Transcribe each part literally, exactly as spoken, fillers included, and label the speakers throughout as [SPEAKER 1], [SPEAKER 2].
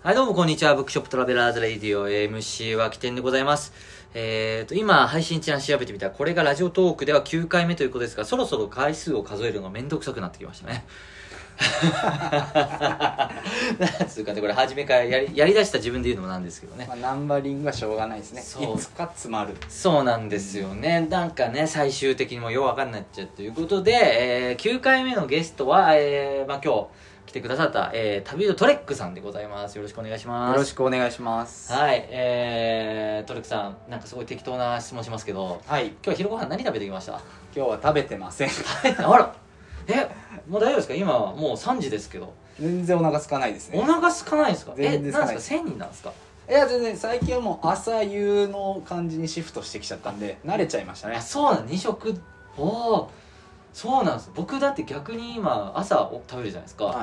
[SPEAKER 1] はい、どうもこんにちは。ブックショップトラベラーズレディオ エムシー は起点でございます。えーと、今、配信一覧調べてみたら、これがラジオトークではきゅうかいめということですが、そろそろ回数を数えるのがめんどくさくなってきましたね。なんつうかね、これ初めからやり、やり出した自分で言うのもなんですけどね。
[SPEAKER 2] まあ、ナンバリングはしょうがないですね。
[SPEAKER 1] そう
[SPEAKER 2] いつか詰まる。
[SPEAKER 1] そうなんですよね。なんかね、最終的にもようわかんなっちゃうということで、えー、きゅうかいめのゲストは、えー、まあ今日、来てくださった、えー、旅人トレックさんでございます。よろしくお願いします。
[SPEAKER 2] よろしくお願いします。
[SPEAKER 1] はい、えー、トレックさん、なんかすごい適当な質問しますけど、
[SPEAKER 2] はい。
[SPEAKER 1] 今日は昼ご飯何食べてきました？
[SPEAKER 2] 今日は食べてません。
[SPEAKER 1] あら、え、もう大丈夫ですか？今もうさんじですけど。
[SPEAKER 2] 全然お腹空かないですね。
[SPEAKER 1] お腹空かないですか？
[SPEAKER 2] 全然空かない
[SPEAKER 1] え、なんですか？せんにんなんですか？
[SPEAKER 2] いや全然最近はもう朝夕の感じにシフトしてきちゃったんで慣れちゃいましたね。
[SPEAKER 1] あ、そうなん、に食。おー、そうなんです。僕だって逆に今朝食べるじゃないですか、はい、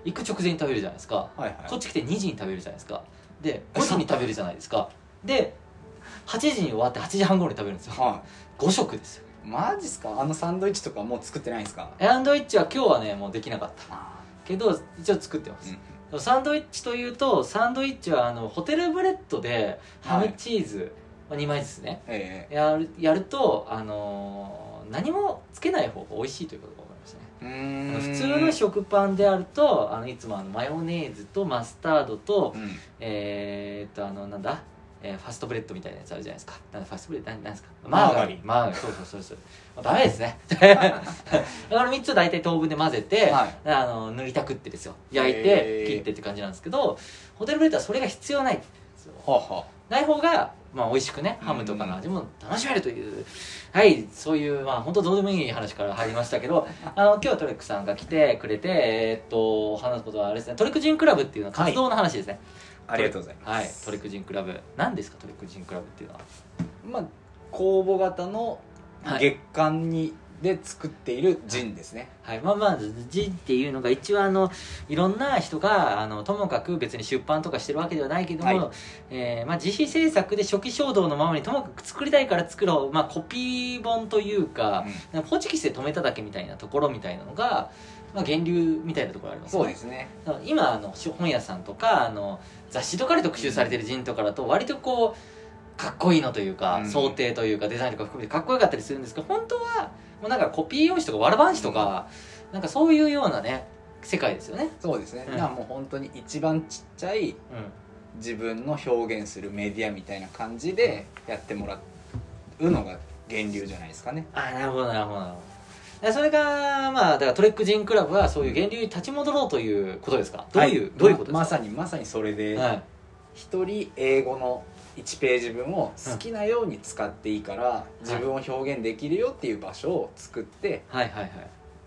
[SPEAKER 1] 行く直前に食べるじゃないですか、はいはい、こっち来てにじに食べるじゃないですか、でごじに食べるじゃないですか、ではちじに終わってはちじはん頃に食べるんですよ、はい、ご食ですよ。
[SPEAKER 2] マジっすか？あのサンドイッチとかもう作ってないんですか？
[SPEAKER 1] サンドイッチは今日はねもうできなかったけど一応作ってます、うん、サンドイッチというとサンドイッチはあのホテルブレッドでハムチーズ、はい、にまいずつね、えー、やる、やると、あのー、何もつけない方が美味しいということが分かりましたね。うーん、普通の食パンであるとあのいつもあのマヨネーズとマスタードと、うん、えー、っとあのなんだえー、ファストブレッドみたいなやつあるじゃないですか。なんでファストブレッドなんですか？マーガリン。マーガリン。そうそうそうそう。まあ、ダメですね。あのみっつを大体等分で混ぜて、はい、あの塗りたくってですよ。焼いて切ってって感じなんですけど、ホテルブレッドはそれが必要ないんですよ。はあはあ、ない方がまあ美味しくね、ハムとかの味も楽しめるという、はい、そういうまあ本当どうでもいい話から入りましたけど、あの今日はトレックさんが来てくれて、えー、っと話すことはあれですね、トレックジンクラブっていうのは活動の話ですね。はい、
[SPEAKER 2] ありがとうございます。
[SPEAKER 1] はい、トレクジンクラブ。何ですかトレクジンクラブっていうのは？
[SPEAKER 2] まあ公募型の月間に、はい、で作っているジンですね。
[SPEAKER 1] はい、まあまあジンっていうのが一応あのいろんな人があのともかく別に出版とかしてるわけではないけども、はい、えー、まあ自費制作で初期衝動のままにともかく作りたいから作ろう、まあコピー本というか、うん、ホチキスで止めただけみたいなところみたいなのが。まあ、源流みたいなところありますね。
[SPEAKER 2] そうですね。
[SPEAKER 1] 今あの本屋さんとかあの雑誌とかで特集されてるジンとかだと割とこうかっこいいのというか、うん、想定というかデザインとか含めてかっこよかったりするんですけど、本当はもうなんかコピー用紙とかわらばん紙とか、うん、なんかそういうようなね世界ですよね。
[SPEAKER 2] そうですね、うん、だからもう本当に一番ちっちゃい、うん、自分の表現するメディアみたいな感じでやってもらうのが源流じゃないですかね。
[SPEAKER 1] あ、なるほどなるほどなるほど。それがまあだからトレックジンクラブはそういう源流に立ち戻ろうということですか？どういう、はい、どういうことですか？
[SPEAKER 2] まさにまさにそれで、はい、一人英語のいちページ分を好きなように使っていいから、うん、自分を表現できるよっていう場所を作って、はいはいはい、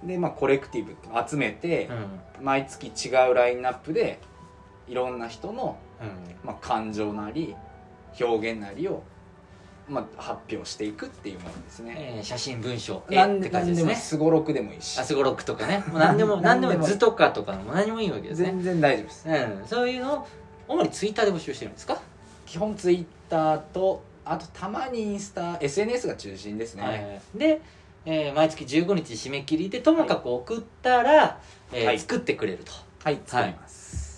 [SPEAKER 2] でまあコレクティブ集めて、うん、毎月違うラインナップでいろんな人の、うん、まあ、感情なり表現なりをまあ、発表していくっていうものですね、
[SPEAKER 1] えー、写真文章
[SPEAKER 2] 何でもすごろくでもいいし、
[SPEAKER 1] あ、すごろくとかね、もう何でも何でも図とかとかも何でもいいわけですね。
[SPEAKER 2] 全然大丈夫です、
[SPEAKER 1] うん、そういうのを主にツイッターで募集してるんですか？
[SPEAKER 2] 基本ツイッターとあとたまにインスタ エスエヌエス が中心ですね、はい、
[SPEAKER 1] で、えー、毎月じゅうごにち締め切りでともかく送ったら、はい、えーはい、作ってくれると。
[SPEAKER 2] はい、作ります、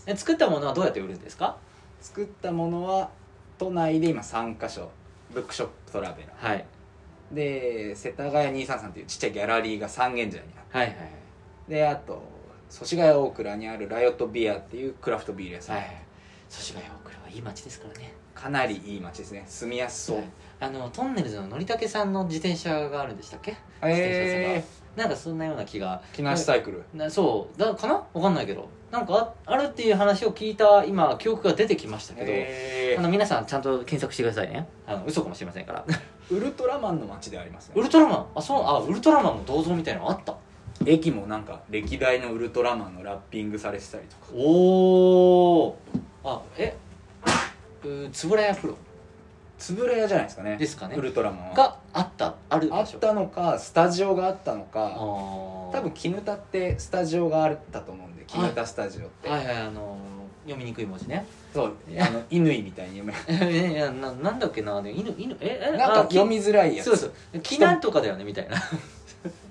[SPEAKER 1] はい、作ったものはどうやって売るんですか？
[SPEAKER 2] 作ったものは都内で今さんかしょブックショップトラベラー、はい、で世田谷にひゃくさんじゅうさんっていうちっちゃいギャラリーが三軒茶屋にあって、はいはい、であと祖師ヶ谷大倉にあるライオットビアっていうクラフトビール屋さん、はい、
[SPEAKER 1] 祖師ヶ谷大倉はいい街ですからね。
[SPEAKER 2] かなりいい街ですね、住みやすそう、はい、
[SPEAKER 1] あのトンネルズののりたけさんの自転車があるんでしたっけ？
[SPEAKER 2] え
[SPEAKER 1] ー、なんかそんなような気が。
[SPEAKER 2] 木梨サイクル
[SPEAKER 1] な、そうだかな、分かんないけどなんか あ, あるっていう話を聞いた今記憶が出てきましたけど、えー、あの皆さんちゃんと検索してくださいね。あの嘘かもしれませんから
[SPEAKER 2] ウルトラマンの街でありますね。
[SPEAKER 1] ウルトラマン、あ、そう、あ、ウルトラマンの銅像みたいなのあった。
[SPEAKER 2] 駅もなんか歴代のウルトラマンのラッピングされてたりとか。
[SPEAKER 1] おお、あ、えうつぶらやプロ
[SPEAKER 2] つぶらやじゃないですかね。
[SPEAKER 1] ですかね。
[SPEAKER 2] ウルトラマンは
[SPEAKER 1] があったある
[SPEAKER 2] あったのかスタジオがあったのか、多分キヌタってスタジオがあったと思うんで、キヌタスタジオって、
[SPEAKER 1] はいはい、あの読みにくい文字ね。
[SPEAKER 2] そうあの乾みたいに読め
[SPEAKER 1] いや な, なんだっけな犬犬ええ
[SPEAKER 2] なんか読みづらいやつ。
[SPEAKER 1] そうそう、キナとかだよねみたいな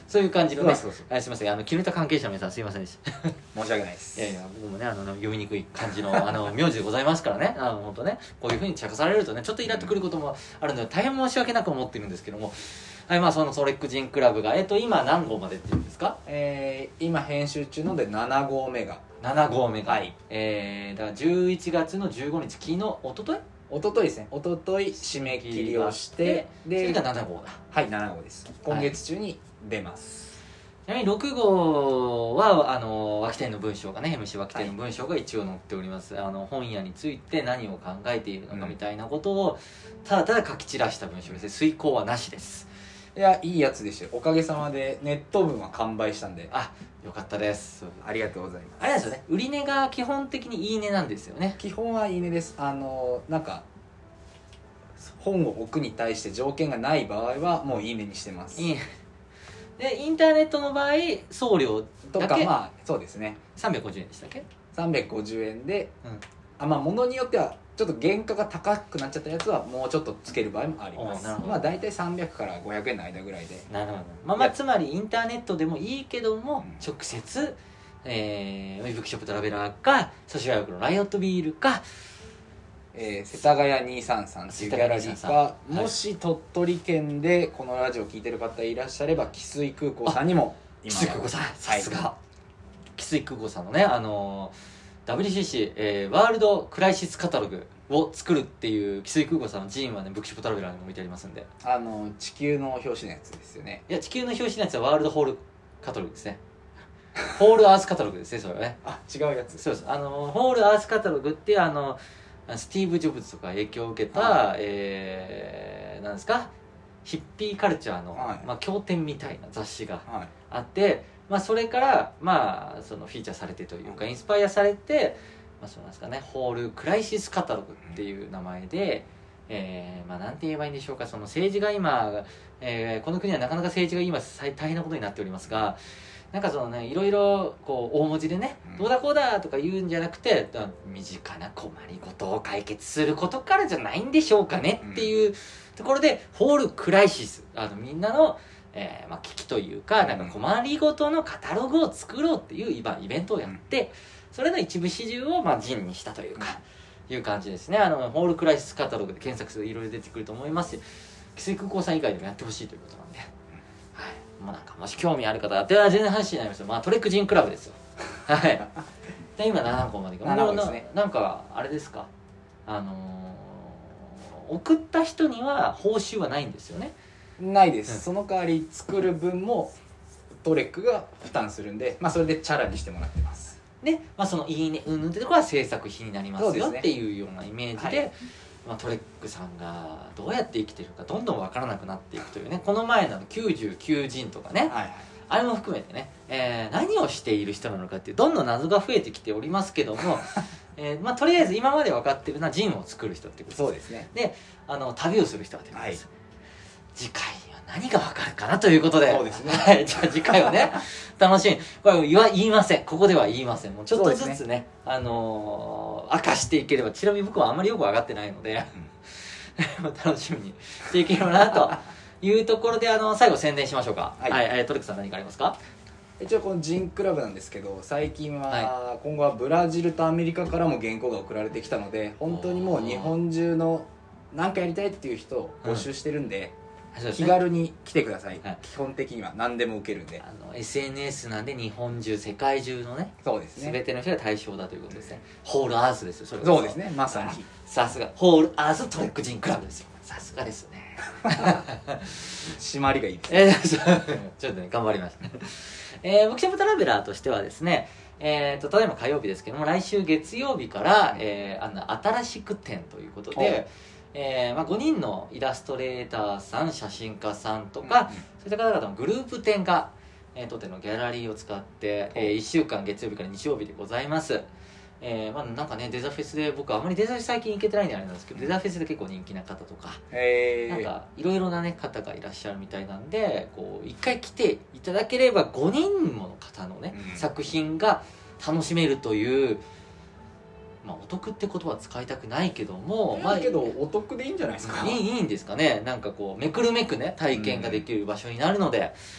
[SPEAKER 1] そういう感じのね、
[SPEAKER 2] そうそうそう
[SPEAKER 1] あすいません、あのキルタ関係者の皆さんすいませんでした
[SPEAKER 2] 申し訳ないです
[SPEAKER 1] いやいや僕もねあの読みにくい感じのあの名字でございますからね、あの本当ねこういうふうに茶化されるとねちょっとイラっとくることもあるので大変申し訳なく思ってるんですけども、はい、まあそのトレックジンクラブがえっと今何号までっていうんですか？
[SPEAKER 2] えー、今編集中のでなな号目が
[SPEAKER 1] なな号目が、
[SPEAKER 2] はい、
[SPEAKER 1] えー、だからじゅういちがつのじゅうごにち、昨日一昨日
[SPEAKER 2] 一昨日ですね、一昨日締め切りをして
[SPEAKER 1] でそれがなな号だ。
[SPEAKER 2] はいなな号です。今月中に出ます、
[SPEAKER 1] はい、ちなみにろく号はあの脇店の文章がね エムシー 脇店の文章が一応載っております、はい、あの本屋について何を考えているのかみたいなことをただただ書き散らした文章ですね。遂行はなしです。
[SPEAKER 2] いやいいやつでしたよ。おかげさまでネット分は完売したんで、
[SPEAKER 1] あよかったです。
[SPEAKER 2] ありがとうございます。
[SPEAKER 1] あれなんですよね、売り値が基本的にいい値なんですよね。
[SPEAKER 2] 基本はいい値です。あのなんか本を置くに対して条件がない場合はもういい値にしてます。
[SPEAKER 1] いいでインターネットの場合送料
[SPEAKER 2] とかまあそうですね
[SPEAKER 1] さんびゃくごじゅうえんでしたっけ？
[SPEAKER 2] さんびゃくごじゅうえんで、
[SPEAKER 1] うん、
[SPEAKER 2] あまあ物によってはちょっと原価が高くなっちゃったやつはもうちょっとつける場合もあります。まあ大体さんびゃくからごひゃくえんの間ぐらいで。
[SPEAKER 1] なるほど。まあまあつまりインターネットでもいいけども、うん、直接えー、ブックショップトラベラーかソシアルのライオットビールか、
[SPEAKER 2] えー、世田谷にさんさんっていうギャラリーか、はい、もし鳥取県でこのラジオ聞いてる方いらっしゃれば汽水空港さんにも
[SPEAKER 1] 今汽水空港さんさすが汽水空港さんのねあのー、ダブリューシーシー、えー、ワールドクライシスカタログを作るっていう汽水空港さんのジーンはねブックショップトラベラーにも置いてありますんで、
[SPEAKER 2] あの地球の表紙のやつですよね。
[SPEAKER 1] いや地球の表紙のやつはワールドホールカタログですねホールアースカタログですねそれはね。
[SPEAKER 2] あ違うやつ。
[SPEAKER 1] そうです。あのホールアースカタログっていうあのスティーブ・ジョブズとか影響を受けた、はい、えー、なんですかヒッピーカルチャーの、はい、まあ、経典みたいな雑誌があって、はい、まあ、それからまあそのフィーチャーされてというかインスパイアされて、まあ、そうなんですかねホールクライシスカタログっていう名前で、えー、まあなんて言えばいいんでしょうか、その政治が今、えー、この国はなかなか政治が今大変なことになっておりますが、なんかそのねいろいろこう大文字でね、うん、どうだこうだとか言うんじゃなくて身近な困りごとを解決することからじゃないんでしょうかねっていうところで、うん、ホールクライシス、あのみんなの、えーまあ、危機というかなんか困りごとのカタログを作ろうっていうイベントをやって、それの一部始終をまあジンにしたというか、いう感じですね。あのホールクライシスカタログで検索するといろいろ出てくると思いますし、汽水空港さん以外でもやってほしいということなんで、はい、もうなんかもし興味ある方では全然話になりますよ。まあトレックジンクラブですよはいで今ななこまで
[SPEAKER 2] ななこですね。
[SPEAKER 1] ななんかあれですか、あのー、送った人には報酬はないんですよね。
[SPEAKER 2] ないです、
[SPEAKER 1] うん、
[SPEAKER 2] その代わり作る分もトレックが負担するんで、まあ、それでチャラにしてもらってます
[SPEAKER 1] で、まあ、そのいいねうんぬんってところは制作費になりますよ、ね、っていうようなイメージで、はい、まあ、トレックさんがどうやって生きてるかどんどん分からなくなっていくというね。この前のきゅうじゅうきゅうジンとかね、はいはい、あれも含めてね、えー、何をしている人なのかっていうどんどん謎が増えてきておりますけどもえーまあ、とりあえず今まで分かってるのはジンを作る人っていうことです。
[SPEAKER 2] そうですね。
[SPEAKER 1] であの旅をする人が出ます、はい、次回は何が分かるかなということで、
[SPEAKER 2] そうですね、
[SPEAKER 1] はい、じゃあ次回はね楽しみ。これ言わ言いません、ここでは言いません。もうちょっとずつ ね, ねあのー、明かしていければ、ちなみに僕はあんまりよく分かってないので楽しみにしていければなというところで、あの最後宣伝しましょうか。はい、はい、えー、トレックさん何かありますか？
[SPEAKER 2] 一応このジンクラブなんですけど、最近は今後はブラジルとアメリカからも原稿が送られてきたので、本当にもう日本中の何かやりたいっていう人を募集してるんで、うん、気軽に来てください、はい、基本的には何でも受けるんで、
[SPEAKER 1] あの エスエヌエス なんで日本中世界中のね、
[SPEAKER 2] そうですね、
[SPEAKER 1] 全ての人が対象だということですね。ホールアースですよ、それは。
[SPEAKER 2] そうですね、まさに
[SPEAKER 1] さすがホールアーストレックジンクラブですよ。さすがですね
[SPEAKER 2] 締まりがいいですね、
[SPEAKER 1] えー、ちょっとね頑張りましたえー、ブックショップトラベラーとしてはですね、えー、とただいま火曜日ですけども、来週月曜日から、えー、あの新しく展ということで、えーまあ、ごにんのイラストレーターさん、写真家さんとか、うんうん、そういった方々のグループ展が、えー、当店のギャラリーを使って、えー、いっしゅうかん月曜日から日曜日でございます。えーまあ、なんかねデザフェスで僕あんまりデザフェス最近行けてないんであれなんですけど、デザフェスで結構人気な方とか、
[SPEAKER 2] へ
[SPEAKER 1] なんかいろいろな、ね、方がいらっしゃるみたいなんで、こう一回来ていただければごにんもの方のね、うん、作品が楽しめるという、まあ、お得って言葉は使いたくないけども、
[SPEAKER 2] まあけどお得でいいんじゃないですか。
[SPEAKER 1] いいいいんですかね。なんかこうめくるめくね体験ができる場所になるので、うん、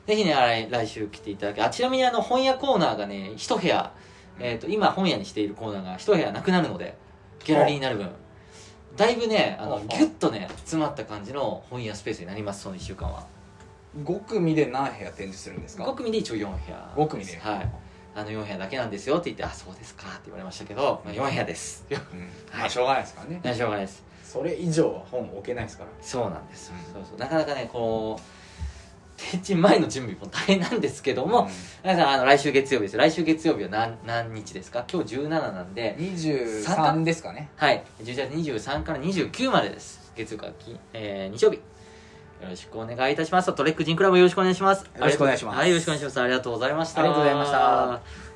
[SPEAKER 1] ぜひね来来週来ていただけ。あちなみにあの本屋コーナーがね一部屋、えー、と今本屋にしているコーナーが一部屋なくなるので、ギャラリーになる分だいぶねあのギュッとね詰まった感じの本屋スペースになります。そのいっしゅうかんは
[SPEAKER 2] ご組で何部屋展示するんですか？
[SPEAKER 1] ご組で一応よん部屋。
[SPEAKER 2] ご組で、
[SPEAKER 1] はい、あのよん部屋だけなんですよって言って、あそうですかって言われましたけど、まあ、よん部屋です、うん、
[SPEAKER 2] まあしょうがないですからね。
[SPEAKER 1] しょうがないです。
[SPEAKER 2] それ以上は本置けないですから。
[SPEAKER 1] そうなんです、うん、そうそうなかなかねこう展示前の準備も大変なんですけども、うん、皆さんあの来週月曜日です。来週月曜日は 何, 何日ですか？今日じゅうなななんで
[SPEAKER 2] にじゅうさんですかね。
[SPEAKER 1] はい、じゅういちがつにじゅうさんからにじゅうくまでです。月曜から、えー、日曜日よろしくお願いいたします。トレックジンクラブよろしくお願いします。
[SPEAKER 2] よろしくお願いします。
[SPEAKER 1] はい、よろしくお願いします。ありがとうございました。
[SPEAKER 2] ありがとうございました。